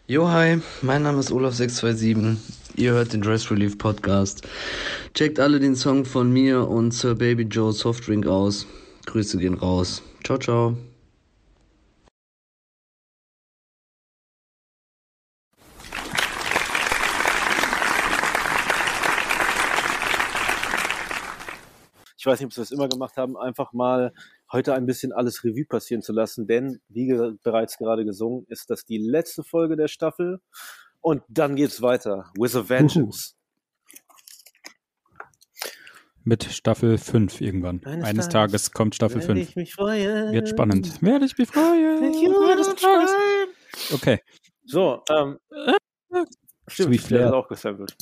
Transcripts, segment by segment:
Jo, hi, mein Name ist Olaf627. Ihr hört den Dress Relief Podcast. Checkt alle den Song von mir und Sir Baby Joe Softdrink aus. Grüße gehen raus. Ciao, ciao. Ich weiß nicht, ob sie das immer gemacht haben, einfach mal heute ein bisschen alles Revue passieren zu lassen, denn, wie bereits gerade gesungen, ist das die letzte Folge der Staffel und dann geht's weiter. With a Vengeance. Mit Staffel 5 irgendwann. Eines Tages kommt Staffel 5. Ich mich freuen. Wird spannend. Werde ich mich freuen. Eines Tages. Okay. So, stimmt, der hat auch gesampelt.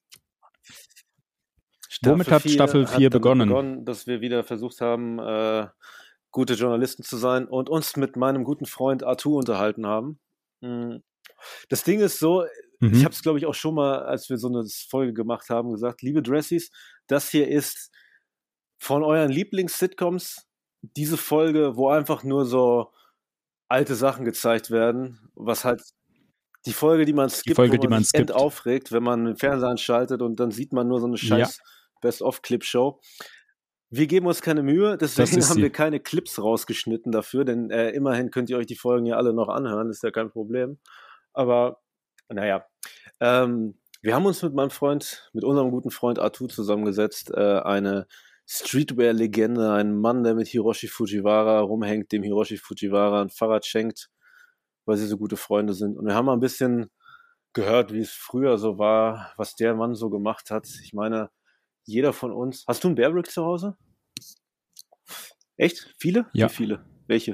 Womit hat Staffel 4 begonnen? Dass wir wieder versucht haben, gute Journalisten zu sein und uns mit meinem guten Freund Artu unterhalten haben. Das Ding ist so, ich habe es, glaube ich, auch schon mal, als wir so eine Folge gemacht haben, gesagt, liebe Dressies, das hier ist von euren Lieblings-Sitcoms diese Folge, wo einfach nur so alte Sachen gezeigt werden, was halt die Folge, die man skippt, wo man sich aufregt, wenn man den Fernseher anschaltet und dann sieht man nur so eine scheiß Best-of-Clip-Show. Wir geben uns keine Mühe, deswegen haben wir keine Clips rausgeschnitten dafür, denn immerhin könnt ihr euch die Folgen ja alle noch anhören, ist ja kein Problem. Aber naja, wir haben uns mit unserem guten Freund Artu zusammengesetzt, eine Streetwear-Legende, ein Mann, der mit Hiroshi Fujiwara rumhängt, dem Hiroshi Fujiwara ein Fahrrad schenkt, weil sie so gute Freunde sind. Und wir haben mal ein bisschen gehört, wie es früher so war, was der Mann so gemacht hat. Ich meine, jeder von uns... Hast du einen Bearbrick zu Hause? Echt? Viele? Ja. Wie viele? Welche?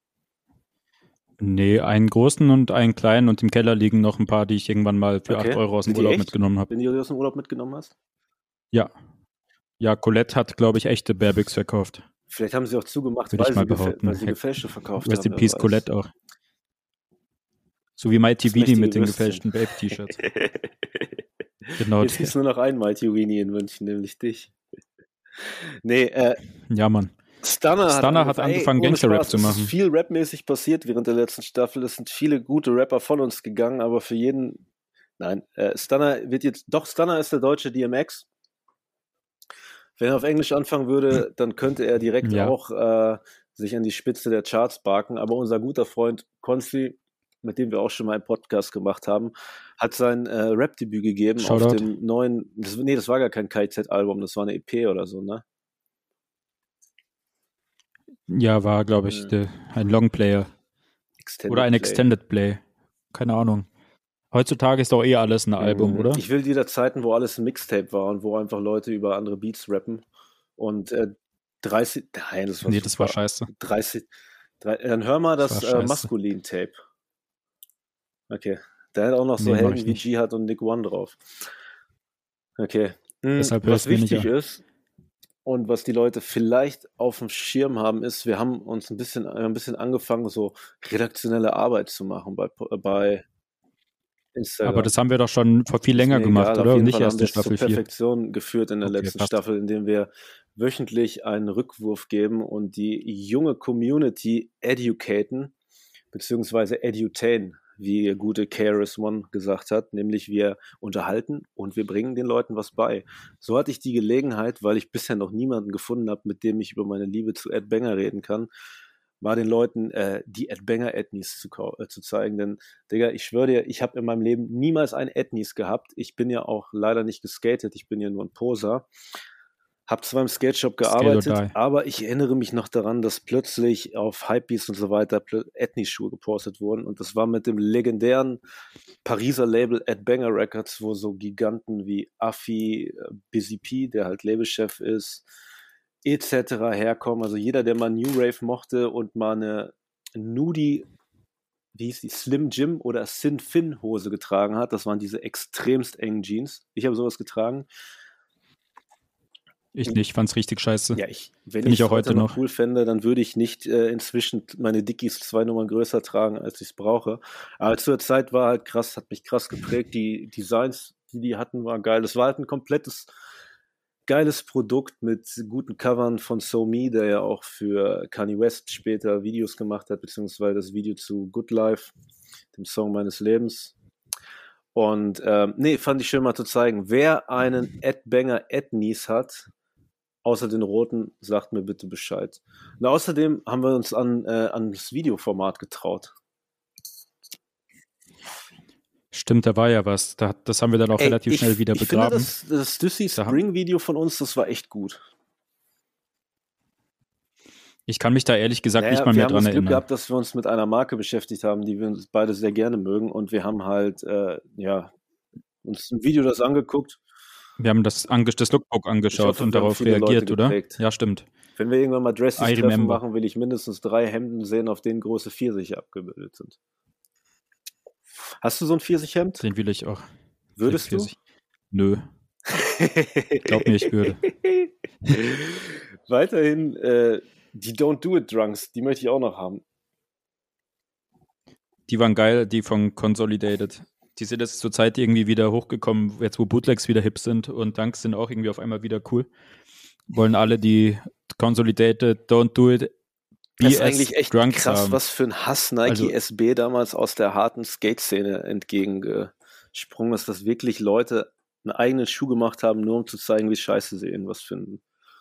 Nee, einen großen und einen kleinen und im Keller liegen noch ein paar, die ich irgendwann mal für 8 Euro aus dem Urlaub mitgenommen habe. Wenn du die aus dem Urlaub mitgenommen hast? Ja. Ja, Colette hat, glaube ich, echte Bearbricks verkauft. Vielleicht haben sie auch zugemacht, weil sie gefälschte verkauft haben. Rest in Peace Colette auch. So wie Mighty Weenie mit den gefälschten Babe-T-Shirts. Genau. Jetzt ist nur noch ein Mighty Weenie in München, nämlich dich. Ja, Mann. Stunner hat angefangen, Gangster-Rap zu machen. Es ist viel rapmäßig passiert während der letzten Staffel. Es sind viele gute Rapper von uns gegangen, aber für jeden... Nein, Stunner ist der deutsche DMX. Wenn er auf Englisch anfangen würde, dann könnte er direkt auch sich an die Spitze der Charts barken. Aber unser guter Freund Konzi, mit dem wir auch schon mal einen Podcast gemacht haben, hat sein Rap-Debüt gegeben auf dem neuen... das war gar kein KZ-Album, das war eine EP oder so, ne? Ja, war, glaube ich, ein Longplayer. Oder ein Extended Play. Keine Ahnung. Heutzutage ist doch alles ein Album, oder? Ich will wieder Zeiten, wo alles ein Mixtape war und wo einfach Leute über andere Beats rappen. Und 30... Nein, das war super. Das war scheiße. 30... Dann hör mal das Maskulin-Tape. Okay. Da hat auch noch so Helden wie Jihad und Nick One drauf. Okay. Deshalb was wichtig ist und was die Leute vielleicht auf dem Schirm haben, ist, wir haben uns ein bisschen angefangen, so redaktionelle Arbeit zu machen bei Instagram. Aber das haben wir doch schon vor viel länger gemacht, oder? Und nicht erst in Staffel 4. Zur Perfektion geführt in der letzten Staffel, indem wir wöchentlich einen Rückwurf geben und die junge Community educaten, beziehungsweise edutain, wie gute KRS-One gesagt hat, nämlich wir unterhalten und wir bringen den Leuten was bei. So hatte ich die Gelegenheit, weil ich bisher noch niemanden gefunden habe, mit dem ich über meine Liebe zu Ed Banger reden kann, mal den Leuten die Ed Banger Ethnies zu zeigen. Denn, Digga, ich schwöre dir, ich habe in meinem Leben niemals ein Ethnies gehabt. Ich bin ja auch leider nicht geskatet, ich bin ja nur ein Poser. Hab zwar im Skate-Shop gearbeitet, aber ich erinnere mich noch daran, dass plötzlich auf Hypebeast und so weiter Ethnies-Schuhe gepostet wurden. Und das war mit dem legendären Pariser Label Ed Banger Records, wo so Giganten wie Affi, Busy P, der halt Labelchef ist, etc. herkommen. Also jeder, der mal New Rave mochte und mal eine Nudie, wie hieß die, Slim Jim oder Sin Fin Hose getragen hat, das waren diese extremst engen Jeans. Ich habe sowas getragen. Ich nicht, fand's richtig scheiße. Ja, wenn ich es heute noch cool fände, dann würde ich nicht inzwischen meine Dickies 2 Nummern größer tragen, als ich es brauche. Aber zur Zeit war halt krass, hat mich krass geprägt. Die Designs, die hatten, waren geil. Das war halt ein komplettes geiles Produkt mit guten Covern von So Me, der ja auch für Kanye West später Videos gemacht hat, beziehungsweise das Video zu Good Life. dem Song meines Lebens. Und fand ich schön mal zu zeigen. Wer einen Banger Nies hat, außer den roten, sagt mir bitte Bescheid. Und außerdem haben wir uns an das Videoformat getraut. Stimmt, da war ja was. Das haben wir dann auch relativ schnell wieder begraben. Ich finde, das Stussy Spring-Video von uns, das war echt gut. Ich kann mich da ehrlich gesagt nicht mal mehr dran erinnern. Wir haben das Glück gehabt, dass wir uns mit einer Marke beschäftigt haben, die wir uns beide sehr gerne mögen. Und wir haben halt, uns ein Video das angeguckt. Wir haben das Lookbook angeschaut und darauf reagiert, oder? Ja, stimmt. Wenn wir irgendwann mal Dressy-Treffen machen, will ich mindestens 3 Hemden sehen, auf denen große Pfirsiche abgebildet sind. Hast du so ein Pfirsichhemd? Den will ich auch. Würdest du? Nö. Glaub mir, ich würde. Weiterhin, die Don't Do It Drunks, die möchte ich auch noch haben. Die waren geil, die von Consolidated. Die sind jetzt zur Zeit irgendwie wieder hochgekommen, jetzt wo Bootlegs wieder hip sind und Dunks sind auch irgendwie auf einmal wieder cool. Wollen alle die Consolidated Don't Do It Das ist eigentlich echt Drunks krass, haben. was für ein Hass Nike SB damals aus der harten Skate-Szene entgegengesprungen ist, dass wirklich Leute einen eigenen Schuh gemacht haben, nur um zu zeigen, wie scheiße sie irgendwas finden.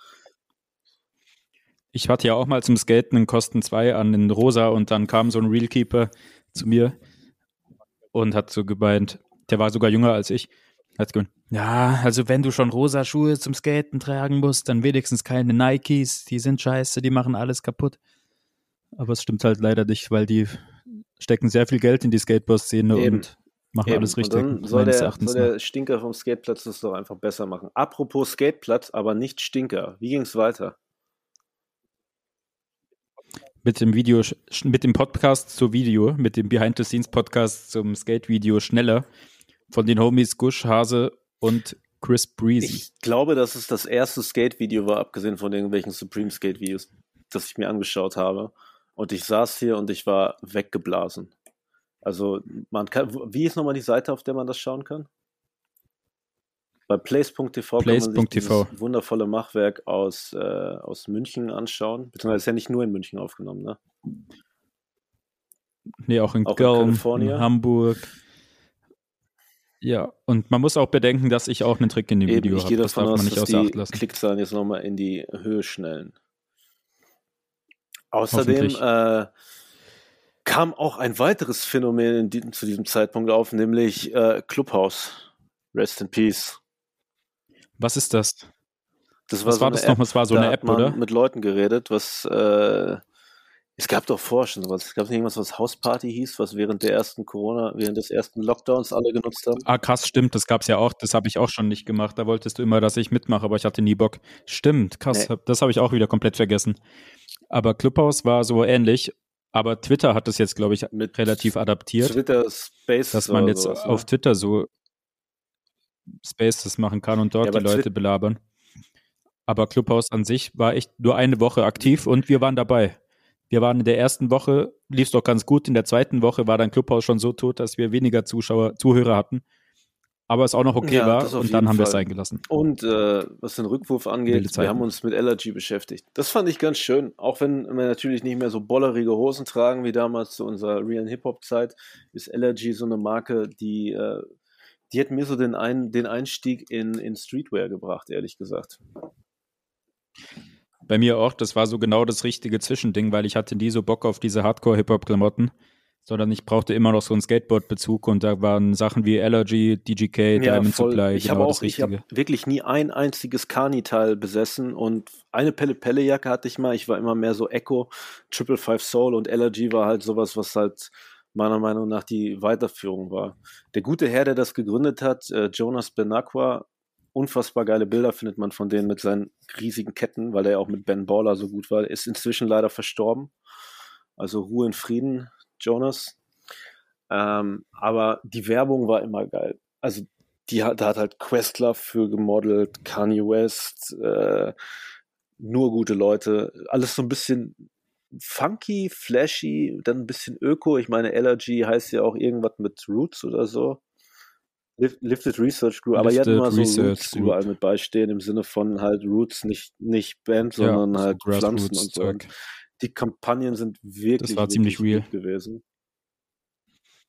Ich hatte ja auch mal zum Skaten einen Kosten 2 an in Rosa und dann kam so ein Realkeeper zu mir und hat so gemeint, der war sogar jünger als ich, hat gemeint, ja, also wenn du schon rosa Schuhe zum Skaten tragen musst, dann wenigstens keine Nikes, die sind scheiße, die machen alles kaputt. Aber es stimmt halt leider nicht, weil die stecken sehr viel Geld in die Skateboard-Szene und machen alles richtig. Und dann soll der Stinker vom Skateplatz das doch einfach besser machen. Apropos Skateplatz, aber nicht Stinker. Wie ging es weiter? Mit dem Podcast zum Video, mit dem Behind-the-Scenes-Podcast zum Skate-Video schneller von den Homies Gush, Hase und Chris Breezy. Ich glaube, dass es das erste Skate-Video war, abgesehen von irgendwelchen Supreme-Skate-Videos, das ich mir angeschaut habe. Und ich saß hier und ich war weggeblasen. Also, wie ist nochmal die Seite, auf der man das schauen kann? Bei Place.tv kann man sich dieses wundervolle Machwerk aus München anschauen. Beziehungsweise ist ja nicht nur in München aufgenommen, ne? Nee, auch in Köln, in Hamburg. Ja, und man muss auch bedenken, dass ich auch einen Trick in dem Video habe. Ich gehe davon aus, dass die Klickzahlen jetzt nochmal in die Höhe schnellen. Außerdem kam auch ein weiteres Phänomen zu diesem Zeitpunkt auf, nämlich Clubhouse. Rest in Peace. Was ist das? Das war so eine App, oder? Mit Leuten geredet, es gab doch vorher schon sowas. Es gab irgendwas, was Hausparty hieß, was während des ersten Lockdowns alle genutzt haben. Ah, krass, stimmt, das gab's ja auch. Das habe ich auch schon nicht gemacht. Da wolltest du immer, dass ich mitmache, aber ich hatte nie Bock. Stimmt, krass, das habe ich auch wieder komplett vergessen. Aber Clubhouse war so ähnlich, aber Twitter hat das jetzt, glaube ich, relativ adaptiert. Twitter Spaces, dass man jetzt auf Twitter so Spaces machen kann und dort die Leute belabern. Aber Clubhouse an sich war echt nur eine Woche aktiv und wir waren dabei. Wir waren in der ersten Woche, lief es doch ganz gut. In der zweiten Woche war dann Clubhouse schon so tot, dass wir weniger Zuhörer hatten. Aber es auch noch okay war und dann haben wir es eingelassen. Und was den Rückwurf angeht, wir haben uns mit Allergy beschäftigt. Das fand ich ganz schön. Auch wenn wir natürlich nicht mehr so bollerige Hosen tragen wie damals zu unserer Real Hip-Hop-Zeit, ist Allergy so eine Marke, die hat mir so den Einstieg in Streetwear gebracht, ehrlich gesagt. Bei mir auch, das war so genau das richtige Zwischending, weil ich hatte nie so Bock auf diese Hardcore-Hip-Hop-Klamotten, sondern ich brauchte immer noch so einen Skateboard-Bezug und da waren Sachen wie Allergy, DGK, Diamond Supply, ich habe wirklich nie ein einziges Kani-Teil besessen und eine Pelle-Pelle-Jacke hatte ich mal, ich war immer mehr so Echo, 555 Soul und Allergy war halt sowas, was halt meiner Meinung nach die Weiterführung war. Der gute Herr, der das gegründet hat, Jonas Benacqua, unfassbar geile Bilder findet man von denen mit seinen riesigen Ketten, weil er ja auch mit Ben Baller so gut war. Ist inzwischen leider verstorben. Also Ruhe in Frieden, Jonas. Aber die Werbung war immer geil. Also da hat halt Questlove für gemodelt, Kanye West, nur gute Leute. Alles so ein bisschen funky, flashy, dann ein bisschen öko. Ich meine, Allergy heißt ja auch irgendwas mit Roots oder so. Lifted Research Group, aber die hatten immer so Roots überall mit beistehen, im Sinne von halt Roots, nicht Band, sondern halt so Pflanzen und so. Und die Kampagnen sind wirklich, das war ziemlich real gewesen.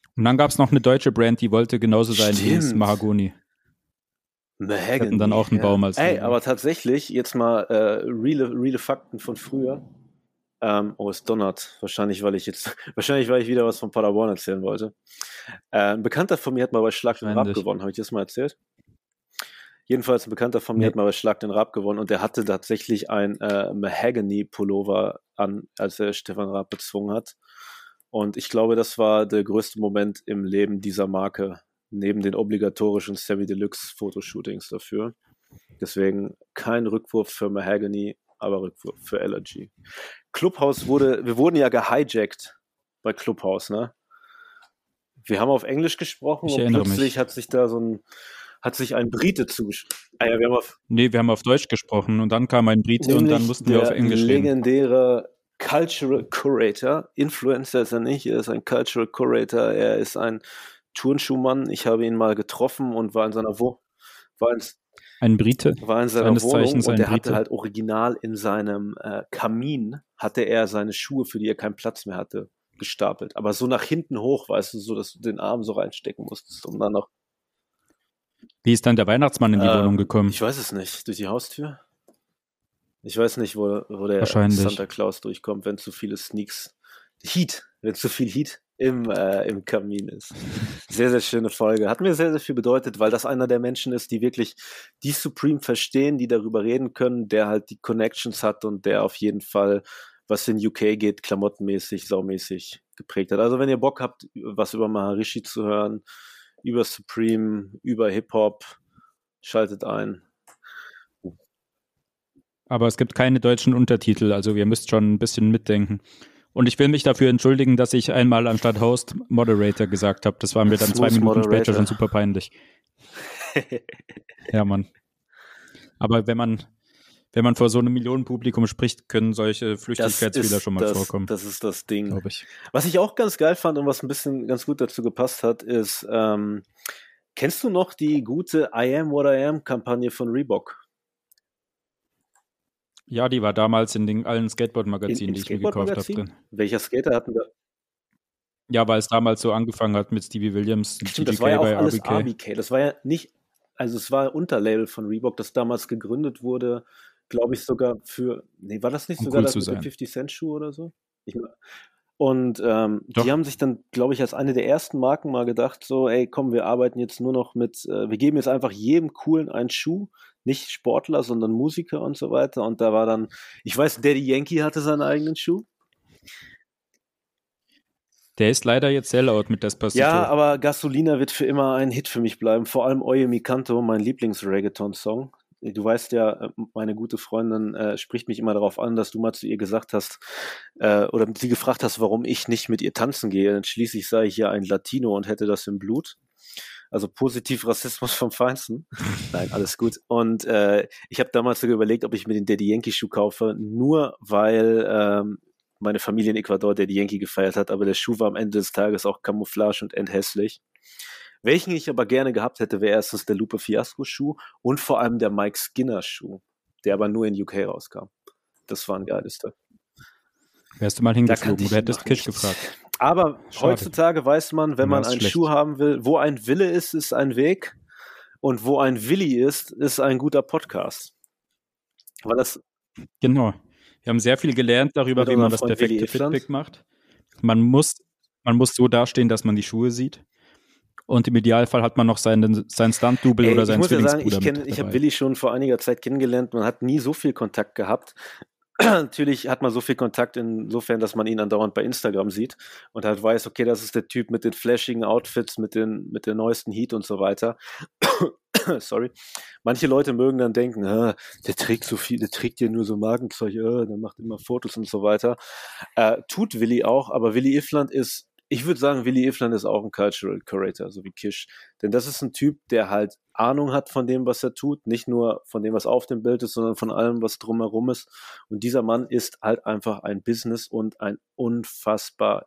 Und dann gab es noch eine deutsche Brand, die wollte genauso sein wie das Mahagoni. Mahagoni. Hatten dann auch einen Baum als Ey, aber tatsächlich, jetzt mal reale Fakten von früher. Es donnert. Wahrscheinlich, weil ich wieder was von Paderborn erzählen wollte. Ein Bekannter von mir hat mal bei Schlag den Raab gewonnen. Habe ich das mal erzählt? Jedenfalls ein Bekannter von mir hat mal bei Schlag den Raab gewonnen und der hatte tatsächlich ein Mahagoni-Pullover an, als er Stefan Raab bezwungen hat. Und ich glaube, das war der größte Moment im Leben dieser Marke, neben den obligatorischen Semi-Deluxe-Fotoshootings dafür. Deswegen kein Rückwurf für Mahagoni, aber Rückwurf für Allergy. Clubhouse wir wurden ja gehijackt bei Clubhouse, ne? Wir haben auf Englisch gesprochen und plötzlich hat sich ein Brite zugeschrieben. Ja, wir haben auf Deutsch gesprochen und dann kam ein Brite und dann mussten wir auf Englisch reden. Legendäre Cultural Curator, Influencer ist er nicht, er ist ein Cultural Curator, er ist ein Turnschuhmann. Ich habe ihn mal getroffen und war in seiner ein Brite, war in seiner Wohnung und er hatte halt original in seinem Kamin, hatte er seine Schuhe, für die er keinen Platz mehr hatte, gestapelt. Aber so nach hinten hoch, weißt du, so, dass du den Arm so reinstecken musstest, um dann noch... Wie ist dann der Weihnachtsmann in die Wohnung gekommen? Ich weiß es nicht. Durch die Haustür? Ich weiß nicht, wo der Santa Claus durchkommt, wenn zu viele Sneaks... wenn zu viel Heat im Kamin ist. Sehr, sehr schöne Folge. Hat mir sehr, sehr viel bedeutet, weil das einer der Menschen ist, die wirklich die Supreme verstehen, die darüber reden können, der halt die Connections hat und der auf jeden Fall, was in UK geht, klamottenmäßig, saumäßig geprägt hat. Also wenn ihr Bock habt, was über Maharishi zu hören, über Supreme, über Hip-Hop, schaltet ein. Aber es gibt keine deutschen Untertitel, also ihr müsst schon ein bisschen mitdenken. Und ich will mich dafür entschuldigen, dass ich einmal anstatt Host Moderator gesagt habe. Das war mir dann 2 Minuten später schon super peinlich. Ja, Mann. Aber wenn man vor so einem Millionenpublikum spricht, können solche Flüchtigkeitsfehler schon mal vorkommen. Das ist das Ding. Glaube ich. Was ich auch ganz geil fand und was ein bisschen ganz gut dazu gepasst hat, ist, kennst du noch die gute I Am What I Am Kampagne von Reebok? Ja, die war damals in allen Skateboard-Magazinen, die ich mir gekauft habe, drin. Welcher Skater hatten da? Ja, weil es damals so angefangen hat mit Stevie Williams, Stimmt, das war ja auch alles RBK. Das war ja nicht, also es war ein Unterlabel von Reebok, das damals gegründet wurde, glaube ich sogar war das nicht sogar das mit dem 50-Cent-Schuh oder so? Und die haben sich dann, glaube ich, als eine der ersten Marken mal gedacht, so, ey, komm, wir arbeiten jetzt nur noch wir geben jetzt einfach jedem Coolen einen Schuh, nicht Sportler, sondern Musiker und so weiter. Und da war dann, ich weiß, Daddy Yankee hatte seinen eigenen Schuh. Der ist leider jetzt Sellout mit Despacito. Ja, aber Gasolina wird für immer ein Hit für mich bleiben. Vor allem Oye Mi Canto, mein Lieblings-Reggaeton-Song. Du weißt ja, meine gute Freundin spricht mich immer darauf an, dass du mal zu ihr gesagt hast, oder sie gefragt hast, warum ich nicht mit ihr tanzen gehe. Denn schließlich sei ich ja ein Latino und hätte das im Blut. Also positiv Rassismus vom Feinsten. Nein, alles gut. Und ich habe damals sogar überlegt, ob ich mir den Daddy Yankee Schuh kaufe, nur weil meine Familie in Ecuador Daddy Yankee gefeiert hat, aber der Schuh war am Ende des Tages auch Camouflage und endhässlich. Welchen ich aber gerne gehabt hätte, wäre erstens der Lupe Fiasco Schuh und vor allem der Mike Skinner Schuh, der aber nur in UK rauskam. Das war ein geiles Teil. Wärst du mal hingeflogen oder hättest Kish gefragt. Aber heutzutage weiß man, wenn man einen Schuh haben will, wo ein Wille ist, ist ein Weg und wo ein Willi ist ein guter Podcast. Weil das genau. Wir haben sehr viel gelernt darüber, wie man das perfekte Fitpick macht. Man muss so dastehen, dass man die Schuhe sieht. Und im Idealfall hat man noch seinen Stunt-Double oder seinen Zwillingsbruder mit. Ich habe Willi schon vor einiger Zeit kennengelernt. Man hat nie so viel Kontakt gehabt. Natürlich hat man so viel Kontakt insofern, dass man ihn andauernd bei Instagram sieht und halt weiß, okay, das ist der Typ mit den flashigen Outfits, mit der neuesten Heat und so weiter. Sorry. Manche Leute mögen dann denken, der trägt so viel, der trägt ja nur so Magenzeug, der macht immer Fotos und so weiter. Tut Willi auch, aber ich würde sagen, Willi Ifland ist auch ein Cultural Curator, so wie Kish. Denn das ist ein Typ, der halt Ahnung hat von dem, was er tut. Nicht nur von dem, was auf dem Bild ist, sondern von allem, was drumherum ist. Und dieser Mann ist halt einfach ein Business und ein unfassbar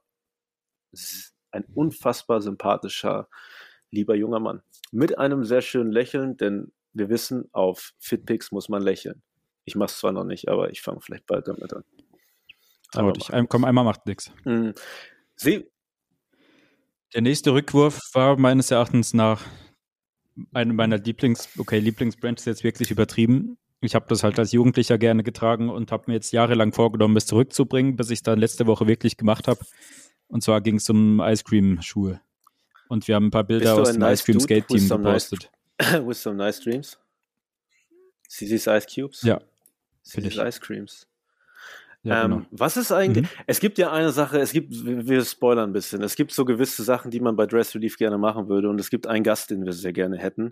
sympathischer, lieber junger Mann. Mit einem sehr schönen Lächeln, denn wir wissen, auf Fitpics muss man lächeln. Ich mache es zwar noch nicht, aber ich fange vielleicht bald damit an. Einmal macht nichts. Der nächste Rückwurf war meines Erachtens nach eine meiner Lieblingsbrands ist jetzt wirklich übertrieben. Ich habe das halt als Jugendlicher gerne getragen und habe mir jetzt jahrelang vorgenommen, es zurückzubringen, bis ich es dann letzte Woche wirklich gemacht habe. Und zwar ging es um Ice Cream Schuhe. Und wir haben ein paar Bilder aus dem Ice Cream Skate Team gepostet. With some nice dreams. See these ice cubes? Ja. See these ice creams. Ja, genau. Was ist eigentlich, es gibt ja eine Sache, wir spoilern ein bisschen, es gibt so gewisse Sachen, die man bei Dress Relief gerne machen würde und es gibt einen Gast, den wir sehr gerne hätten.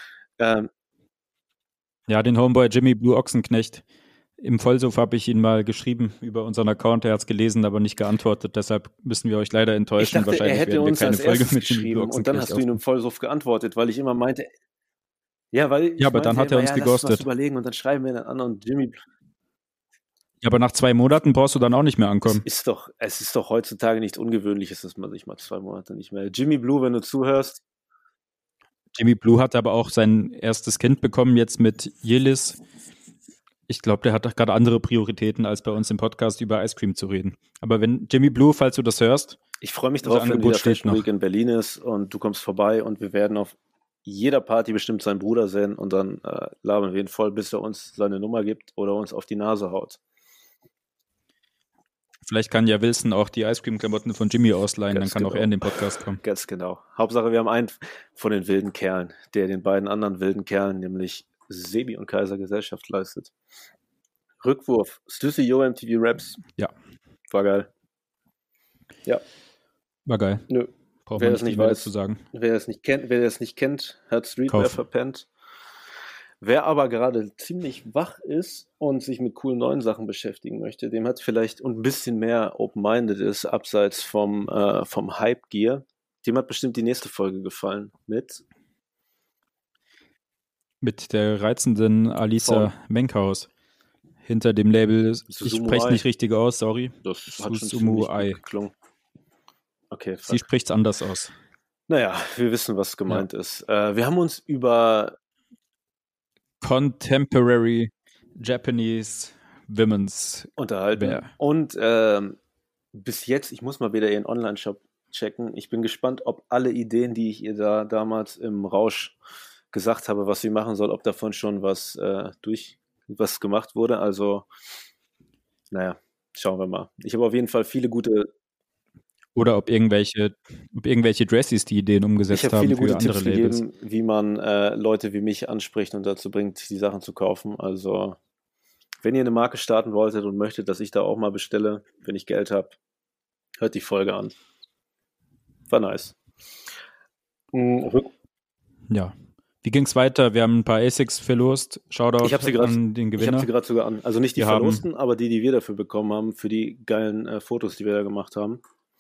Ja, den Homeboy Jimmy Blue Ochsenknecht. Im Vollsuff habe ich ihn mal geschrieben über unseren Account, er hat es gelesen, aber nicht geantwortet, deshalb müssen wir euch leider enttäuschen. Ich dachte, wahrscheinlich er hätte werden wir uns keine als Folge erstes mit Jimmy Blue geschrieben und dann hast du ihn im Vollsuff geantwortet, weil ich immer meinte, aber dann hat er uns geghostet. Lass was überlegen und dann schreiben wir den an und Jimmy. Ja, aber nach 2 Monaten brauchst du dann auch nicht mehr ankommen. Es ist doch heutzutage nichts Ungewöhnliches, dass man sich mal 2 Monate nicht mehr. Jimmy Blue, wenn du zuhörst. Jimmy Blue hat aber auch sein erstes Kind bekommen, jetzt mit Yillis. Ich glaube, der hat doch gerade andere Prioritäten, als bei uns im Podcast über Ice Cream zu reden. Aber wenn Jimmy Blue, falls du das hörst. Ich freue mich drauf, wenn wieder Fashion Week in Berlin ist und du kommst vorbei und wir werden auf jeder Party bestimmt seinen Bruder sehen und dann labern wir ihn voll, bis er uns seine Nummer gibt oder uns auf die Nase haut. Vielleicht kann ja Wilson auch die Ice Cream Klamotten von Jimmy ausleihen, dann kann auch er in den Podcast kommen. Ganz genau. Hauptsache, wir haben einen von den wilden Kerlen, der den beiden anderen wilden Kerlen, nämlich Sebi und Kaiser, Gesellschaft leistet. Rückwurf. Stussy Yo MTV Raps. Ja. War geil. Ja. War geil. Nö. Wer das nicht weiß, zu sagen. Wer das nicht kennt, hat Streetwear verpennt. Wer aber gerade ziemlich wach ist und sich mit coolen neuen Sachen beschäftigen möchte, dem hat vielleicht und ein bisschen mehr open-minded ist, abseits vom Hype-Gear, dem hat bestimmt die nächste Folge gefallen. Mit der reizenden Alisa Menkhaus. Hinter dem Label, ich spreche es nicht richtig aus, sorry. Das hat schon ziemlich gut geklungen. Okay, sie spricht es anders aus. Naja, wir wissen, was gemeint ist. Wir haben uns über Contemporary Japanese Women's unterhalten. Wear. Und bis jetzt, ich muss mal wieder ihren Online-Shop checken. Ich bin gespannt, ob alle Ideen, die ich ihr da damals im Rausch gesagt habe, was sie machen soll, ob davon schon was gemacht wurde. Also, naja, schauen wir mal. Ich habe auf jeden Fall viele gute. Oder ob irgendwelche Dressies die Ideen umgesetzt haben. Ich habe viele gute Tipps gegeben, wie man Leute wie mich anspricht und dazu bringt, die Sachen zu kaufen. Also, wenn ihr eine Marke starten wolltet und möchtet, dass ich da auch mal bestelle, wenn ich Geld habe, hört die Folge an. War nice. Ja. Wie ging es weiter? Wir haben ein paar ASICs verlost. Shoutout an den Gewinner. Ich habe sie gerade sogar an. Also nicht die verlosten, aber die wir dafür bekommen haben, für die geilen Fotos, die wir da gemacht haben.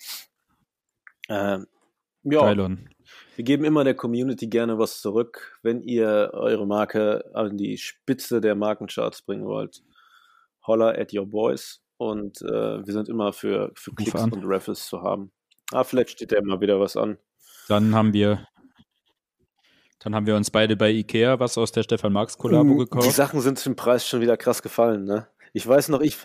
Ja, wir geben immer der Community gerne was zurück. Wenn ihr eure Marke an die Spitze der Markencharts bringen wollt, holla at your boys. Und wir sind immer für Klicks und Raffles zu haben. Vielleicht steht da mal wieder was an. Dann haben wir uns beide bei Ikea was aus der Stefan Marx Kollabo gekauft. Die Sachen sind zum Preis schon wieder krass gefallen, ne? Ich weiß noch, ich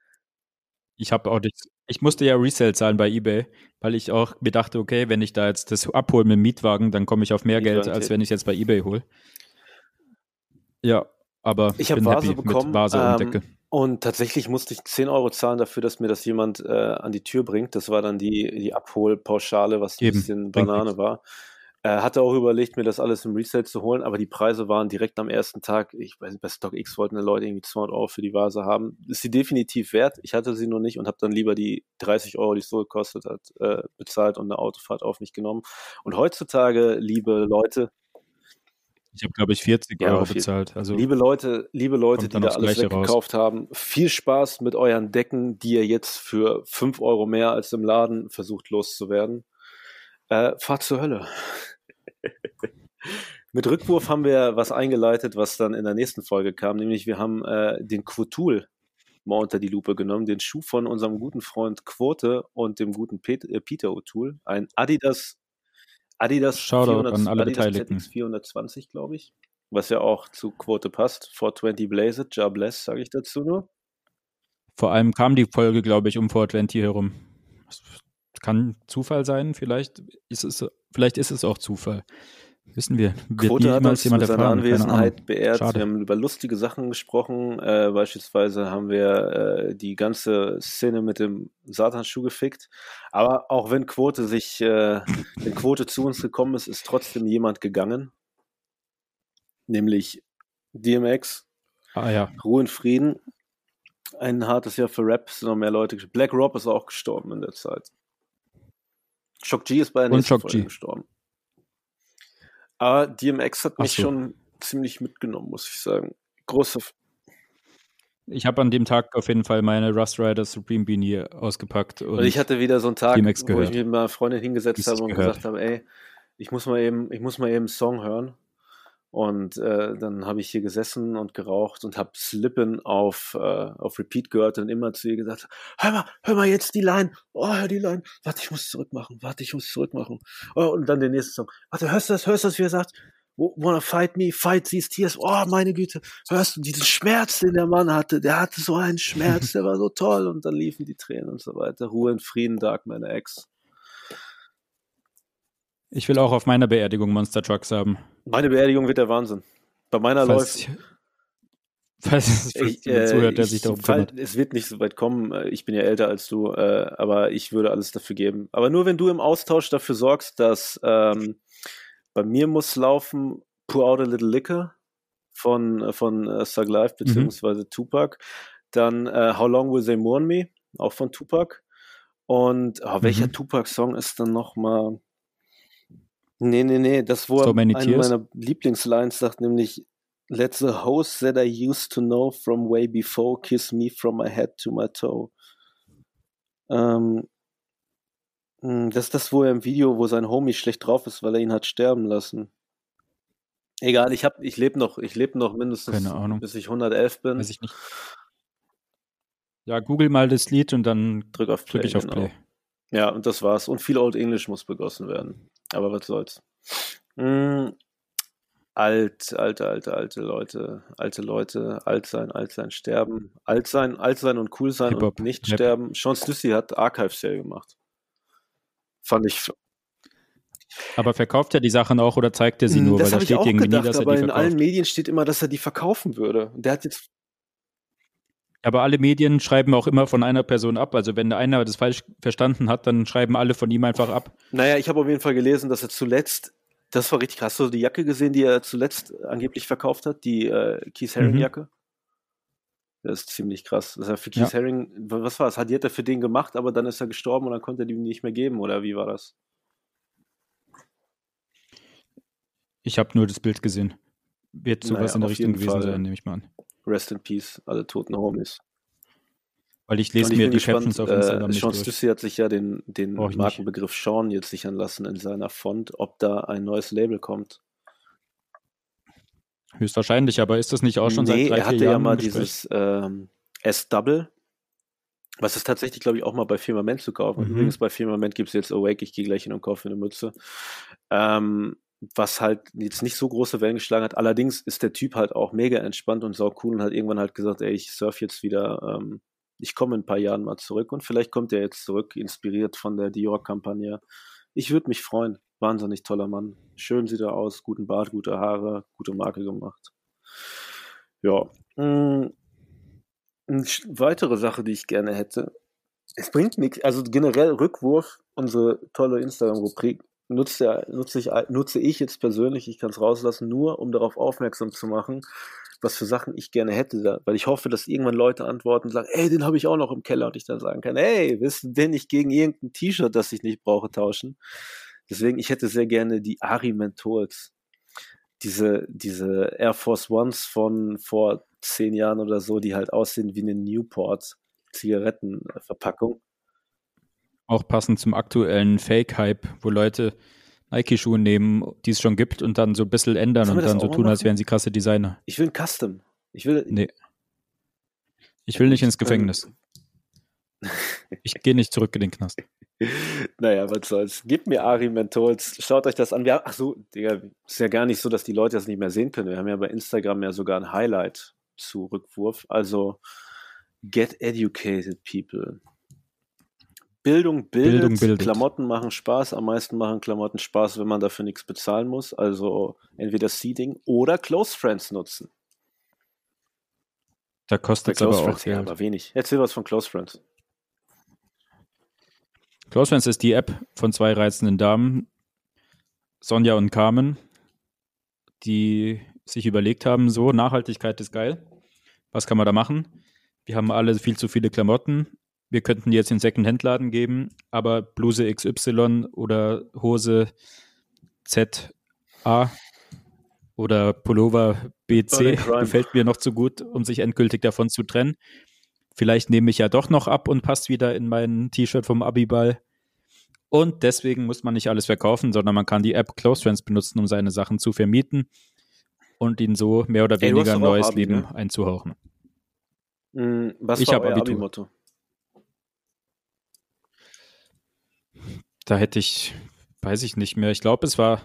musste ja Resale zahlen bei eBay, weil ich auch mir dachte, okay, wenn ich da jetzt das abhole mit dem Mietwagen, dann komme ich auf mehr Geld, als wenn ich es jetzt bei eBay hole. Ja, aber ich bin happy bekommen, mit Vase und Decke. Und tatsächlich musste ich 10 € zahlen dafür, dass mir das jemand an die Tür bringt. Das war dann die Abholpauschale, was ein bisschen Banane war. Hatte auch überlegt, mir das alles im Resale zu holen, aber die Preise waren direkt am ersten Tag, ich weiß nicht, bei StockX wollten die Leute irgendwie 200 € für die Vase haben. Ist sie definitiv wert. Ich hatte sie noch nicht und habe dann lieber die 30 €, die es so gekostet hat, bezahlt und eine Autofahrt auf mich genommen. Und heutzutage, liebe Leute, ich habe, glaube ich, 40 € bezahlt. Also liebe Leute, die da alles weggekauft haben, viel Spaß mit euren Decken, die ihr jetzt für 5 € mehr als im Laden versucht loszuwerden. Fahrt zur Hölle. Mit Rückwurf haben wir was eingeleitet, was dann in der nächsten Folge kam, nämlich wir haben den Quotul mal unter die Lupe genommen, den Schuh von unserem guten Freund Quote und dem guten Peter O'Toole, ein Adidas Shoutout an alle Beteiligten. 420, glaube ich, was ja auch zu Quote passt. 420 Blaze it, Ja bless, sage ich dazu nur. Vor allem kam die Folge, glaube ich, um 420 herum. Kann Zufall sein, vielleicht ist es auch Zufall. Wissen wir. Wird Quote hat niemals uns jemand mit seiner erfahren. Keine Anwesenheit Ahnung. beehrt. Schade. Wir haben über lustige Sachen gesprochen. Beispielsweise haben wir die ganze Szene mit dem Satanschuh gefickt. Aber auch wenn Quote zu uns gekommen ist, ist trotzdem jemand gegangen. Nämlich DMX. Ah ja. Ruhe in Frieden. Ein hartes Jahr für Rap. Es sind noch mehr Leute. Black Rob ist auch gestorben in der Zeit. Shock G ist bei der nächsten Folge gestorben. Aber DMX hat mich schon ziemlich mitgenommen, muss ich sagen. Ich habe an dem Tag auf jeden Fall meine Rush Rider Supreme Beanie ausgepackt. Und ich hatte wieder so einen Tag, wo ich mich mit meiner Freundin hingesetzt habe und gesagt habe, ey, ich muss mal eben einen Song hören. Und dann habe ich hier gesessen und geraucht und habe Slippin' auf Repeat gehört und immer zu ihr gesagt, hör mal jetzt die Line. Oh, hör die Line. Warte, ich muss zurück machen. Oh, und dann den nächsten Song. Warte, hörst du das, wie er sagt? Wanna fight me, fight these tears. Oh, meine Güte. Hörst du diesen Schmerz, den der Mann hatte? Der hatte so einen Schmerz, der war so toll. Und dann liefen die Tränen und so weiter. Ruhe in Frieden, Dark Man X. Ich will auch auf meiner Beerdigung Monster Trucks haben. Meine Beerdigung wird der Wahnsinn. Bei meiner läuft... Falls es zuhört, der sich darum kümmert. Es wird nicht so weit kommen. Ich bin ja älter als du, aber ich würde alles dafür geben. Aber nur, wenn du im Austausch dafür sorgst, dass bei mir muss laufen Pour Out a Little Liquor von Thug Life beziehungsweise Tupac. Dann How Long Will They Mourn Me, auch von Tupac. Und welcher Tupac-Song ist dann nochmal... Nee, das wo eine meiner Lieblingslines sagt, nämlich Let the host that I used to know from way before kiss me from my head to my toe. Das ist das, wo er im Video, wo sein Homie schlecht drauf ist, weil er ihn hat sterben lassen. Egal, ich lebe noch mindestens, bis ich 111 bin. Weiß ich nicht. Ja, google mal das Lied und dann drücke ich auf Play. Ja, und das war's. Und viel Old English muss begossen werden. Aber was soll's. Alte Leute. Alt sein, sterben. Alt sein und cool sein und nicht sterben. Sean Stussy hat Archive-Sale gemacht. Fand ich... Aber verkauft er die Sachen auch oder zeigt er sie nur? Das weil da steht irgendwie gedacht, nie, dass er aber die verkauft. In allen Medien steht immer, dass er die verkaufen würde. Der hat jetzt... Aber alle Medien schreiben auch immer von einer Person ab. Also wenn einer das falsch verstanden hat, dann schreiben alle von ihm einfach ab. Naja, ich habe auf jeden Fall gelesen, dass er zuletzt, das war richtig krass, hast du die Jacke gesehen, die er zuletzt angeblich verkauft hat? Die Keith Haring-Jacke? Das ist ziemlich krass. Das ist für Keith Haring, was war das? Die hat er für den gemacht, aber dann ist er gestorben und dann konnte er die nicht mehr geben, oder wie war das? Ich habe nur das Bild gesehen. Wird sowas in der Richtung gewesen sein, nehme ich mal an. Rest in Peace, alle toten Homies. Weil ich lese mir die Captions auf Instagram nicht Sean durch. Stussy hat sich ja den Markenbegriff Sean jetzt sichern lassen in seiner Font, ob da ein neues Label kommt. Höchstwahrscheinlich, aber ist das nicht auch schon seit 3-4 Jahren? Er hatte ja mal dieses S-Double, was ist tatsächlich, glaube ich, auch mal bei Firmament zu kaufen. Übrigens, bei Firmament gibt es jetzt Awake, ich gehe gleich hin und kaufe eine Mütze. Was halt jetzt nicht so große Wellen geschlagen hat. Allerdings ist der Typ halt auch mega entspannt und sau cool und hat irgendwann halt gesagt, ey, ich surf jetzt wieder, ich komme in ein paar Jahren mal zurück und vielleicht kommt er jetzt zurück, inspiriert von der Dior-Kampagne. Ich würde mich freuen. Wahnsinnig toller Mann. Schön sieht er aus, guten Bart, gute Haare, gute Marke gemacht. Ja. Eine weitere Sache, die ich gerne hätte. Es bringt nichts, also generell Rückwurf, unsere tolle Instagram-Rubrik, nutze ich jetzt persönlich, ich kann es rauslassen, nur um darauf aufmerksam zu machen, was für Sachen ich gerne hätte, weil ich hoffe, dass irgendwann Leute antworten und sagen, ey, den habe ich auch noch im Keller und ich dann sagen kann, ey, willst du den nicht gegen irgendein T-Shirt, das ich nicht brauche, tauschen? Deswegen, ich hätte sehr gerne die Ari Menthols, diese Air Force Ones von vor 10 Jahren oder so, die halt aussehen wie eine Newport Zigarettenverpackung. Auch passend zum aktuellen Fake-Hype, wo Leute Nike-Schuhe nehmen, die es schon gibt und dann so ein bisschen ändern und dann so tun, als wären sie krasse Designer. Ich will ein Custom. Nee. Ich will nicht ins Gefängnis. Ich gehe nicht zurück in den Knast. Naja, was soll's. Gebt mir Ari Menthols, schaut euch das an. Digga, ist ja gar nicht so, dass die Leute das nicht mehr sehen können. Wir haben ja bei Instagram ja sogar ein Highlight zu Rückwurf. Also, get educated, people. Bildung bildet, bildet. Klamotten machen Spaß, am meisten machen Klamotten Spaß, wenn man dafür nichts bezahlen muss, also entweder Seeding oder Close Friends nutzen. Da kostet es aber auch Geld. Aber wenig. Erzähl was von Close Friends. Close Friends ist die App von 2 reizenden Damen, Sonja und Carmen, die sich überlegt haben, so, Nachhaltigkeit ist geil. Was kann man da machen? Wir haben alle viel zu viele Klamotten. Wir könnten die jetzt in den Second-Hand-Laden geben, aber Bluse XY oder Hose ZA oder Pullover BC gefällt mir noch zu gut, um sich endgültig davon zu trennen. Vielleicht nehme ich ja doch noch ab und passt wieder in mein T-Shirt vom Abiball. Und deswegen muss man nicht alles verkaufen, sondern man kann die App Close Friends benutzen, um seine Sachen zu vermieten und ihnen so mehr oder weniger ein neues Abi, Leben ne? einzuhauchen. Was Ich war habe euer Abitur. Abi-Motto? Da hätte ich, weiß ich nicht mehr. Ich glaube, es war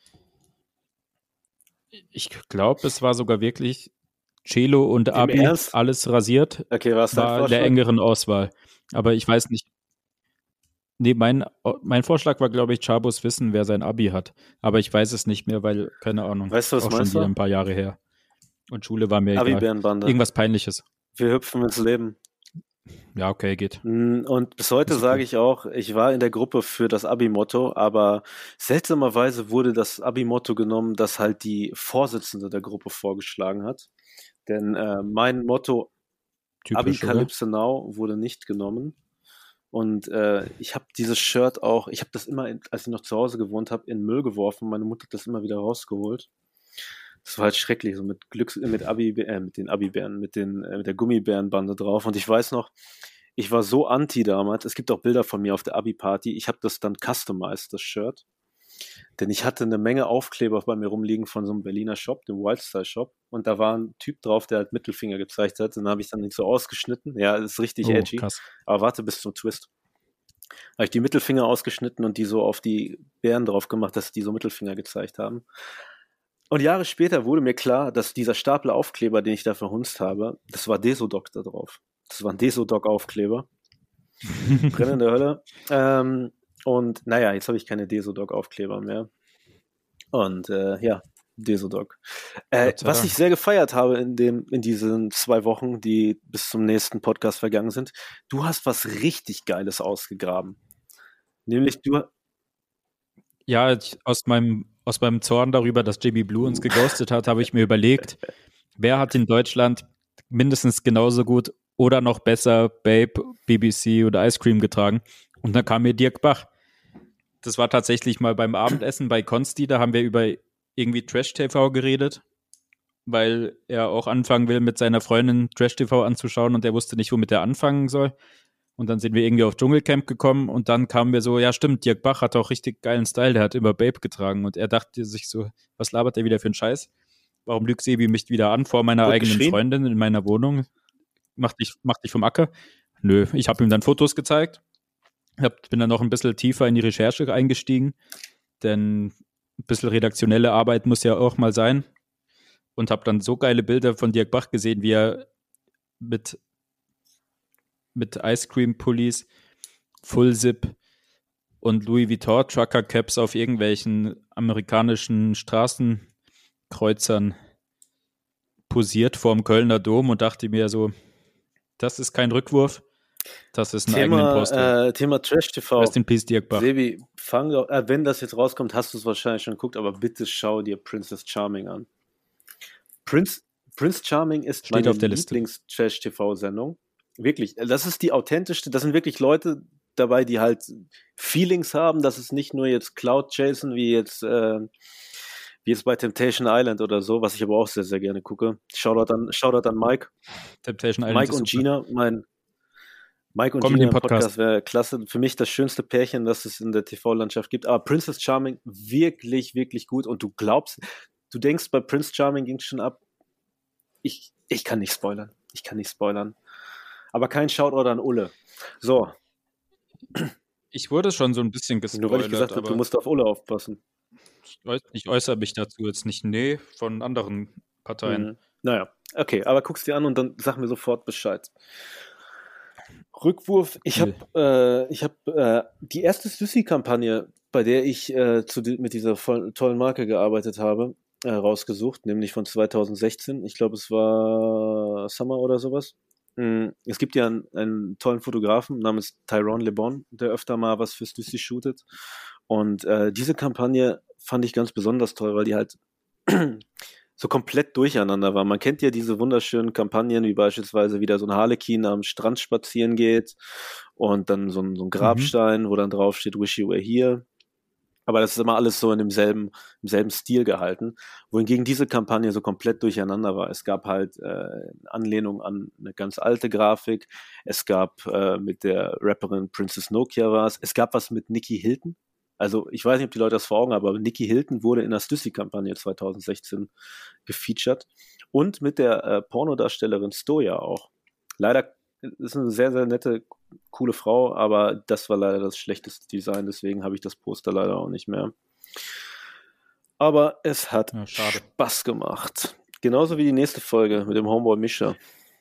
sogar wirklich Cello und Im Abi, Ernst? alles rasiert, Okay, was dein war in Vorschlag? der engeren Auswahl. Aber ich weiß nicht. Nee, mein Vorschlag war, glaube ich, Chabos wissen, wer sein Abi hat. Aber ich weiß es nicht mehr, weil, keine Ahnung, Weißt du, was auch schon meinst wieder du? ein paar Jahre her. Und Schule war mir egal. Abi-Bärenbande. Irgendwas Peinliches. Wir hüpfen ins Leben. Ja, okay, geht. Und bis heute Ist okay. sage ich auch, ich war in der Gruppe für das Abi-Motto, aber seltsamerweise wurde das Abi-Motto genommen, das halt die Vorsitzende der Gruppe vorgeschlagen hat. Denn mein Motto Typisch, oder? Abi-Kalypse Now wurde nicht genommen. Und ich habe dieses Shirt auch, ich habe das immer, als ich noch zu Hause gewohnt habe, in den Müll geworfen. Meine Mutter hat das immer wieder rausgeholt. Das war halt schrecklich, so mit den Abi-Bären, mit der Gummibärenbande drauf. Und ich weiß noch, ich war so anti damals. Es gibt auch Bilder von mir auf der Abi-Party. Ich habe das dann customized, das Shirt. Denn ich hatte eine Menge Aufkleber bei mir rumliegen von so einem Berliner Shop, dem Wildstyle Shop. Und da war ein Typ drauf, der halt Mittelfinger gezeigt hat. Den habe ich dann nicht so ausgeschnitten. Ja, das ist richtig edgy. Krass. Aber warte bis zum Twist. Habe ich die Mittelfinger ausgeschnitten und die so auf die Bären drauf gemacht, dass die so Mittelfinger gezeigt haben. Und Jahre später wurde mir klar, dass dieser Stapel Aufkleber, den ich da verhunzt habe, das war Desodoc da drauf. Das war ein Desodoc-Aufkleber. Brennende Hölle. Und naja, jetzt habe ich keine Desodoc-Aufkleber mehr. Und ja, Desodoc. Was ich sehr gefeiert habe in diesen 2 Wochen, die bis zum nächsten Podcast vergangen sind, du hast was richtig Geiles ausgegraben. Nämlich Ja, aus meinem Zorn darüber, dass JB Blue uns geghostet hat, habe ich mir überlegt, wer hat in Deutschland mindestens genauso gut oder noch besser Babe, BBC oder Ice Cream getragen. Und dann kam mir Dirk Bach. Das war tatsächlich mal beim Abendessen bei Konsti, da haben wir über irgendwie Trash-TV geredet, weil er auch anfangen will, mit seiner Freundin Trash-TV anzuschauen und er wusste nicht, womit er anfangen soll. Und dann sind wir irgendwie auf Dschungelcamp gekommen und dann kamen wir so, ja stimmt, Dirk Bach hat auch richtig geilen Style, der hat immer Babe getragen und er dachte sich so, was labert der wieder für einen Scheiß? Warum lügt Sebi mich wieder an vor meiner eigenen Freundin in meiner Wohnung? Mach dich vom Acker? Nö, ich habe ihm dann Fotos gezeigt, bin dann noch ein bisschen tiefer in die Recherche eingestiegen, denn ein bisschen redaktionelle Arbeit muss ja auch mal sein und habe dann so geile Bilder von Dirk Bach gesehen, wie er mit Ice Cream Pullis, Full Zip und Louis Vuitton Trucker Caps auf irgendwelchen amerikanischen Straßenkreuzern posiert vorm Kölner Dom und dachte mir so, das ist kein Rückwurf, das ist ein eigener Poster. Thema Trash TV. Rest in Peace, Dirk Bach. Sebi, wenn das jetzt rauskommt, hast du es wahrscheinlich schon geguckt, aber bitte schau dir Princess Charming an. Prince Charming ist Steht meine Lieblings-Trash-TV-Sendung. Wirklich, das ist die authentischste, das sind wirklich Leute dabei, die halt Feelings haben, das ist nicht nur jetzt Cloud-Jason, wie jetzt bei Temptation Island oder so, was ich aber auch sehr, sehr gerne gucke. Shoutout an Mike. Temptation Island Mike und Gina, Mike und Komm Gina in den im Podcast wäre klasse. Für mich das schönste Pärchen, das es in der TV-Landschaft gibt. Aber Princess Charming, wirklich, wirklich gut. Und du denkst, bei Prince Charming ging es schon ab. Ich kann nicht spoilern. Aber kein Shoutout an Ulle. So. Ich wurde schon so ein bisschen gespoilert. Nur weil ich gesagt habe, du musst auf Ulle aufpassen. Ich äußere mich dazu jetzt nicht. Nee, von anderen Parteien. Naja, okay, aber guck's dir an und dann sag mir sofort Bescheid. Rückwurf. Ich habe die erste Stüssi-Kampagne, bei der ich mit dieser tollen Marke gearbeitet habe, rausgesucht, nämlich von 2016. Ich glaube, es war Summer oder sowas. Es gibt ja einen tollen Fotografen namens Tyrone Le Bon, der öfter mal was für Stüssi shootet. Und diese Kampagne fand ich ganz besonders toll, weil die halt so komplett durcheinander war. Man kennt ja diese wunderschönen Kampagnen, wie beispielsweise wieder so ein Harlekin am Strand spazieren geht und dann so ein Grabstein, wo dann drauf steht, Wish You Were Here. Aber das ist immer alles so im selben Stil gehalten, wohingegen diese Kampagne so komplett durcheinander war. Es gab halt Anlehnung an eine ganz alte Grafik. Es gab mit der Rapperin Princess Nokia was. Es gab was mit Nicky Hilton. Also ich weiß nicht, ob die Leute das vor Augen haben, aber Nicky Hilton wurde in der Stüssi-Kampagne 2016 gefeatured. Und mit der Pornodarstellerin Stoja auch. Leider ist eine sehr, sehr nette, coole Frau, aber das war leider das schlechteste Design, deswegen habe ich das Poster leider auch nicht mehr. Aber es hat Spaß gemacht. Genauso wie die nächste Folge mit dem Homeboy Mischa.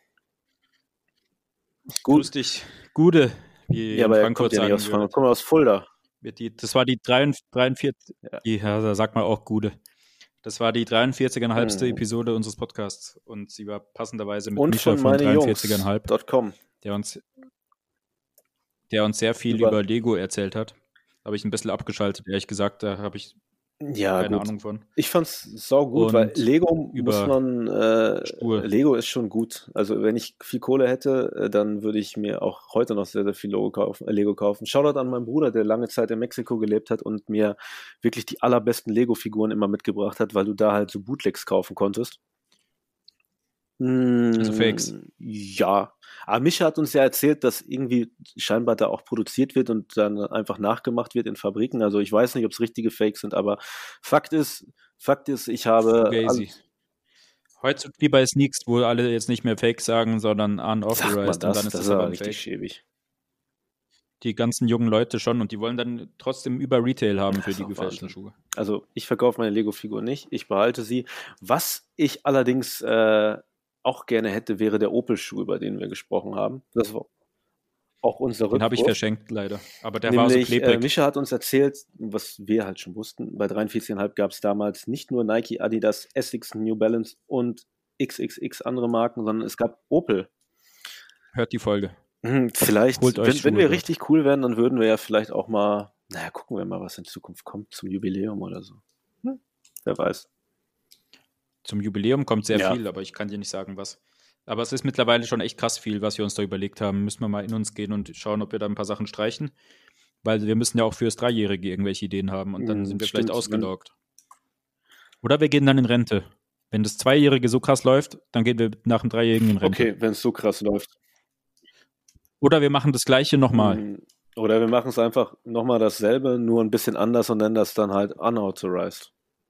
Grüß dich, Gude, wie ja, in aber Frankfurt er kommt ja nicht aus Frankfurt, kommt aus Fulda. Das war die 43, ja, da sagt man auch Gude. Das war die 43,5. Episode unseres Podcasts und sie war passenderweise mit Mischa von 43,5, der uns sehr viel über Lego erzählt hat. Habe ich ein bisschen abgeschaltet, ehrlich gesagt, da habe ich keine Ahnung von. Ich fand's saugut, weil Lego Lego ist schon gut. Also wenn ich viel Kohle hätte, dann würde ich mir auch heute noch sehr, sehr viel Lego kaufen. Shoutout an meinen Bruder, der lange Zeit in Mexiko gelebt hat und mir wirklich die allerbesten Lego-Figuren immer mitgebracht hat, weil du da halt so Bootlegs kaufen konntest. Also Fakes. Ja, aber Mischa hat uns ja erzählt, dass irgendwie scheinbar da auch produziert wird und dann einfach nachgemacht wird in Fabriken. Also ich weiß nicht, ob es richtige Fakes sind, aber Fakt ist, ich habe... Heute wie bei Sneaks, wo alle jetzt nicht mehr Fake sagen, sondern unauthorized. Und dann ist das aber richtig schäbig. Die ganzen jungen Leute schon und die wollen dann trotzdem über Retail haben für die gefälschten Schuhe. Also ich verkaufe meine Lego-Figur nicht, ich behalte sie. Was ich allerdings auch gerne hätte, wäre der Opel-Schuh, über den wir gesprochen haben. Das war auch unser Rückwurf. Den habe ich verschenkt, leider. Aber der war so klebrig. Mischa hat uns erzählt, was wir halt schon wussten, bei 43,5 gab es damals nicht nur Nike, Adidas, Essex, New Balance und XXX andere Marken, sondern es gab Opel. Hört die Folge. Vielleicht, wenn wir richtig cool werden, dann würden wir ja vielleicht auch mal, gucken wir mal, was in Zukunft kommt, zum Jubiläum oder so. Wer weiß. Zum Jubiläum kommt sehr viel, aber ich kann dir nicht sagen, was. Aber es ist mittlerweile schon echt krass viel, was wir uns da überlegt haben. Müssen wir mal in uns gehen und schauen, ob wir da ein paar Sachen streichen. Weil wir müssen ja auch fürs Dreijährige irgendwelche Ideen haben und dann sind wir vielleicht ausgelaugt. Oder wir gehen dann in Rente. Wenn das Zweijährige so krass läuft, dann gehen wir nach dem Dreijährigen in Rente. Okay, wenn es so krass läuft. Oder wir machen das Gleiche nochmal. Oder wir machen es einfach nochmal dasselbe, nur ein bisschen anders und nennen das dann halt unauthorized.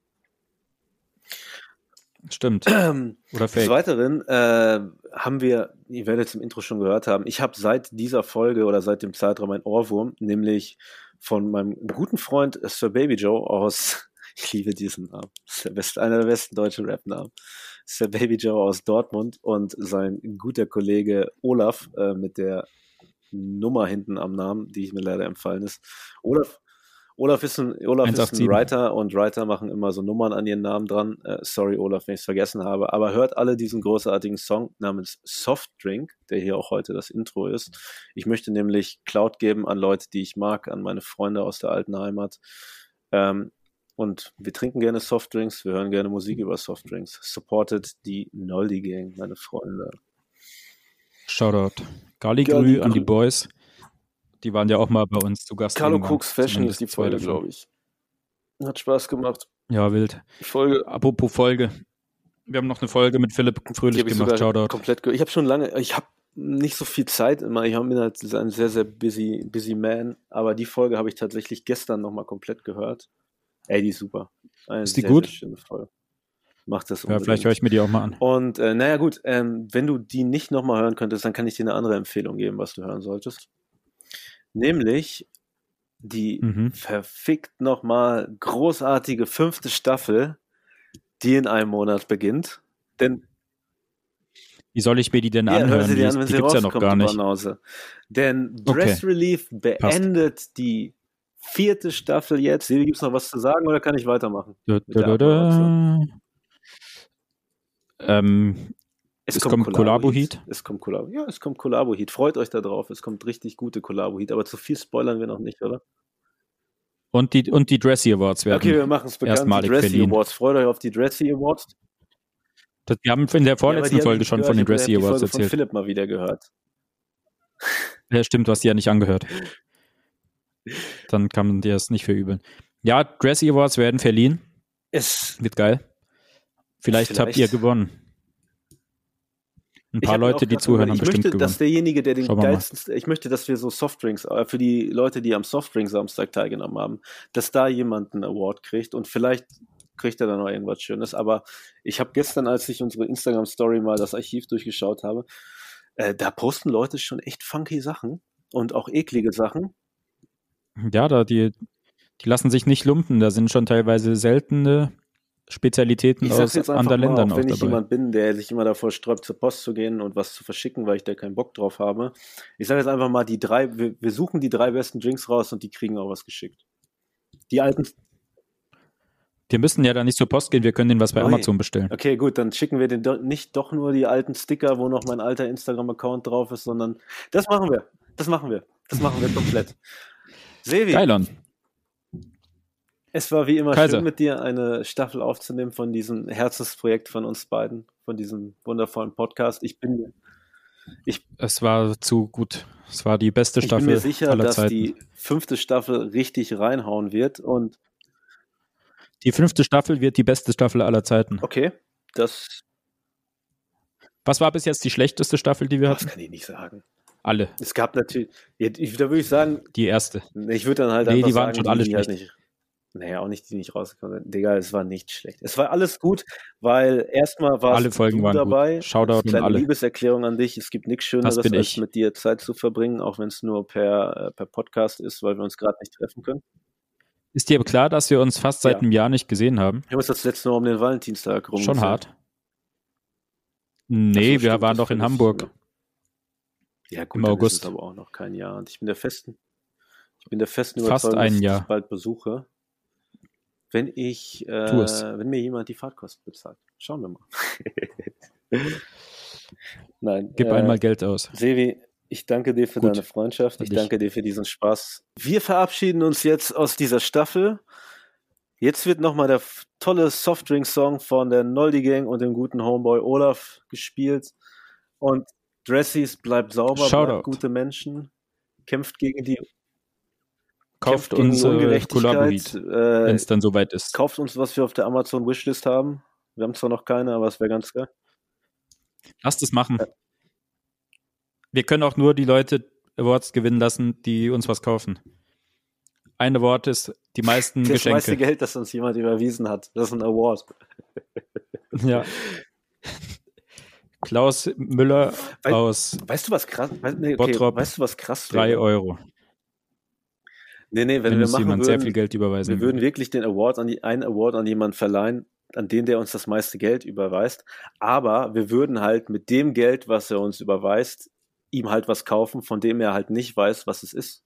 Stimmt. Oder Fake. Des Weiteren haben wir, ihr werdet es im Intro schon gehört haben, ich habe seit dieser Folge oder seit dem Zeitraum ein Ohrwurm, nämlich von meinem guten Freund Sir Baby Joe aus, ich liebe diesen Namen, einer der besten deutschen Rap-Namen, Sir Baby Joe aus Dortmund und sein guter Kollege Olaf mit der Nummer hinten am Namen, die mir leider empfallen ist. Olaf ist ein Writer und Writer machen immer so Nummern an ihren Namen dran. Sorry, Olaf, wenn ich es vergessen habe. Aber hört alle diesen großartigen Song namens Soft Drink, der hier auch heute das Intro ist. Ich möchte nämlich Cloud geben an Leute, die ich mag, an meine Freunde aus der alten Heimat. Und wir trinken gerne Softdrinks, wir hören gerne Musik über Softdrinks. Supportet die Noldi Gang, meine Freunde. Shoutout. Galligrü an die Boys. Die waren ja auch mal bei uns zu Gast. Carlo Cooks Fashion ist die Folge, glaube ich. Hat Spaß gemacht. Ja, wild. Die Folge. Apropos Folge. Wir haben noch eine Folge mit Philipp Fröhlich gemacht. Shoutout. Ich habe schon lange, ich habe nicht so viel Zeit immer. Ich bin halt ein sehr, sehr busy man. Aber die Folge habe ich tatsächlich gestern nochmal komplett gehört. Ey, die ist super. Ist die gut? Sehr schöne Folge. Macht das unbedingt. Ja, vielleicht höre ich mir die auch mal an. Und gut, wenn du die nicht nochmal hören könntest, dann kann ich dir eine andere Empfehlung geben, was du hören solltest. Nämlich die verfickt nochmal großartige 5. Staffel, die in einem Monat beginnt. Denn Wie soll ich mir die denn Ja, hör anhören? sie dir an, wenn Die sie gibt's ja noch rauskommt, gar die nicht. Banause. Denn Dress Relief beendet die 4. Staffel jetzt. Sebi, gibt's noch was zu sagen oder kann ich weitermachen? Es kommt Collabo-Heat. Es kommt Collabo-Heat. Freut euch da drauf. Es kommt richtig gute Collabo-Heat. Aber zu viel spoilern wir noch nicht, oder? Und die Dressy Awards werden Okay, wir machen es bekannt. erstmalig Die Dressy verliehen. Awards. Freut euch auf die Dressy Awards. Wir haben in der vorletzten Folge schon von den Dressy Awards erzählt. Ich habe von erzählt. Philipp mal wieder gehört. Ja, stimmt, du hast die ja nicht angehört. Dann kann man dir das nicht verübeln. Ja, Dressy Awards werden verliehen. Es wird geil. Vielleicht habt ihr gewonnen. Ein paar Leute, die zuhören, haben bestimmt gewonnen. Dass derjenige, der den geilsten, ich möchte, dass wir so Softdrinks, für die Leute, die am Softdrink Samstag teilgenommen haben, dass da jemand einen Award kriegt und vielleicht kriegt er dann noch irgendwas Schönes. Aber ich habe gestern, als ich unsere Instagram-Story mal das Archiv durchgeschaut habe, da posten Leute schon echt funky Sachen und auch eklige Sachen. Ja, die lassen sich nicht lumpen. Da sind schon teilweise seltene Spezialitäten aus anderen Ländern auch dabei. Wenn ich jemand bin, der sich immer davor sträubt, zur Post zu gehen und was zu verschicken, weil ich da keinen Bock drauf habe. Ich sage jetzt einfach mal, wir suchen die 3 besten Drinks raus und die kriegen auch was geschickt. Die alten... Wir müssen ja da nicht zur Post gehen, wir können den was bei Amazon bestellen. Okay, gut, dann schicken wir den nicht doch nur die alten Sticker, wo noch mein alter Instagram-Account drauf ist, sondern das machen wir. Das machen wir komplett. Sevi. Geilon. Es war wie immer schön mit dir eine Staffel aufzunehmen von diesem Herzensprojekt von uns beiden, von diesem wundervollen Podcast. Es war zu gut. Es war die beste Staffel aller Zeiten. Ich bin mir sicher, dass die 5. Staffel richtig reinhauen wird und die 5. Staffel wird die beste Staffel aller Zeiten. Okay, Was war bis jetzt die schlechteste Staffel, die wir hatten? Das kann ich nicht sagen. Alle. Es gab natürlich, da würde ich sagen... Die erste. Ich würde dann halt einfach die waren schon alle schlecht. Halt nicht, auch nicht, die nicht rausgekommen sind. Digga, es war nicht schlecht. Es war alles gut, weil erstmal war alle Folgen waren dabei. Gut. Shoutout an alle. Liebeserklärung an dich. Es gibt nichts Schöneres, als mit dir Zeit zu verbringen, auch wenn es nur per Podcast ist, weil wir uns gerade nicht treffen können. Ist dir klar, dass wir uns fast seit einem Jahr nicht gesehen haben? Wir haben uns das letzte Mal um den Valentinstag rum. Schon hart. Nee, wir waren doch in Hamburg. Ja, gut, im August. Das ist aber auch noch kein Jahr. Und ich bin der festen Überzeugung, fast ein Jahr. Dass ich bald besuche, wenn mir jemand die Fahrtkosten bezahlt. Schauen wir mal. Nein. Gib einmal Geld aus. Sevi, ich danke dir für deine Freundschaft. Ich danke dir für diesen Spaß. Wir verabschieden uns jetzt aus dieser Staffel. Jetzt wird nochmal der tolle Softdrink-Song von der Noldi Gang und dem guten Homeboy Olaf gespielt. Und Dressys bleibt sauber, bleibt gute Menschen, kämpft gegen die Kauft uns Collabo-Heat, wenn es dann soweit ist. Kauft uns, was wir auf der Amazon-Wishlist haben. Wir haben zwar noch keine, aber es wäre ganz geil. Lasst es machen. Wir können auch nur die Leute Awards gewinnen lassen, die uns was kaufen. Ein Award ist die meisten Geschenke. Das meiste Geld, das uns jemand überwiesen hat. Das ist ein Award. Ja. Klaus Müller aus Weißt du, was krass? Bottrop, weißt du, was krass 3 Euro. Nee, wenn wir machen jemand sehr viel Geld überweisen. Wir würden wirklich den Award einen Award an jemanden verleihen, an den der uns das meiste Geld überweist. Aber wir würden halt mit dem Geld, was er uns überweist, ihm halt was kaufen, von dem er halt nicht weiß, was es ist.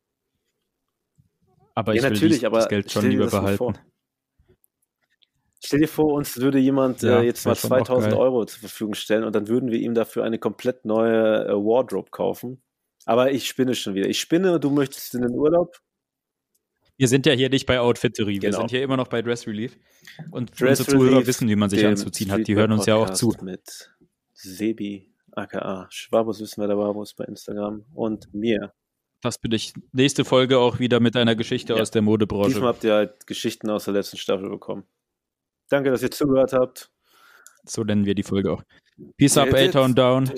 Aber ich will das Geld schon lieber behalten. Stell dir vor, uns würde jemand jetzt mal 2000 Euro zur Verfügung stellen und dann würden wir ihm dafür eine komplett neue Wardrobe kaufen. Aber ich spinne schon wieder. Ich spinne, du möchtest in den Urlaub. Wir sind ja hier nicht bei Outfittery, wir sind hier immer noch bei Dress Relief. Und unsere Zuhörer wissen, wie man sich anzuziehen hat. Die hören uns ja auch zu. Mit Sebi, aka Schwabus wissen wir der Barbus bei Instagram und mir. Das bin ich. Nächste Folge auch wieder mit einer Geschichte aus der Modebranche. Diesmal habt ihr halt Geschichten aus der letzten Staffel bekommen. Danke, dass ihr zugehört habt. So nennen wir die Folge auch. Peace up, A-Town down.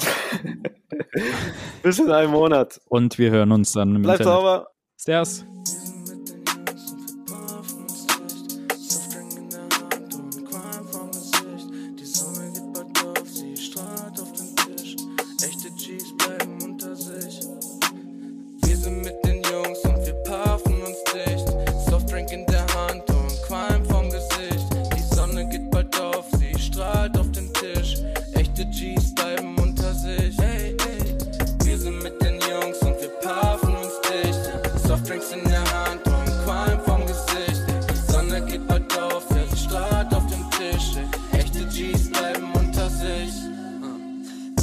Bis in einem Monat. Und wir hören uns dann im Bleibt sauber. Servus. G's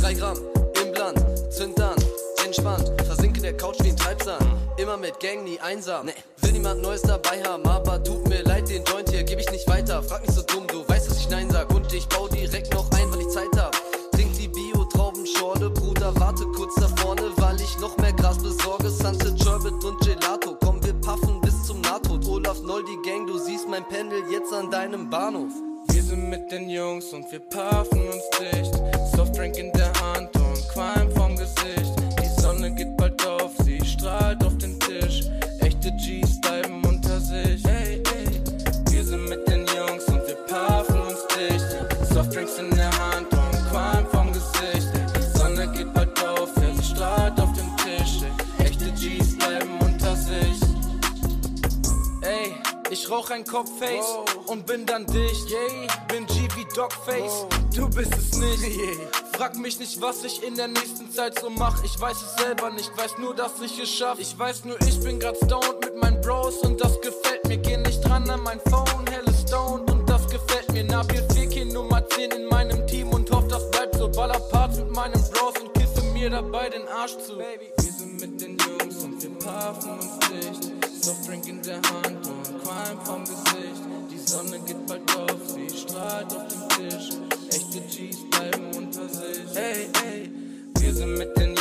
3 Gramm im Land, zünd an, entspannt, versinke der Couch wie ein Treibsand. Immer mit Gang, nie einsam. Will niemand Neues dabei haben, aber tut mir leid, den Joint hier geb ich nicht weiter. Frag nicht so dumm, du weißt, dass ich Nein sag. Und ich bau direkt noch ein, weil ich Zeit hab. Trink die Bio-Traubenschorle, Bruder, warte kurz da vorne, weil ich noch mehr Gras besorge. Sunset, Sherbet und Gelato, komm, wir puffen bis zum Nahtod. Olaf Noll, die Gang, du siehst mein Pendel jetzt an deinem Bahnhof. Wir sind mit den Jungs und wir puffen uns dicht. Softdrink in der Hand und Qualm vom Gesicht. Die Sonne geht bald auf, sie strahlt auf den Tisch. Echte G's bleiben unter sich. Hey, hey. Wir sind mit den Jungs und wir puffen uns dicht. Softdrinks in der Hand und Qualm vom Gesicht. Die Sonne geht bald auf, ja, sie strahlt auf den Tisch. Echte G's bleiben unter sich. Ey, ich rauch ein Kopfface und bin dann dicht. Bin G wie Dogface, du bist es nicht. Frag mich nicht, was ich in der nächsten Zeit so mach. Ich weiß es selber nicht, weiß nur, dass ich es schaff. Ich weiß nur, ich bin grad stoned mit meinen Bros und das gefällt mir. Geh nicht dran an mein Phone, helle stoned und das gefällt mir. Nabil Fekir Nummer 10 in meinem Team und hoff, das bleibt so. Baller Parts mit meinen Bros und kiffe mir dabei den Arsch zu. Wir sind mit den Jungs und wir puffen uns dicht. Softdrink in der Hand und Qualm vom Gesicht. Die Sonne geht bald auf, sie strahlt auf den Tisch. Echte G's bleiben unter sich. Hey, hey, wir sind mit den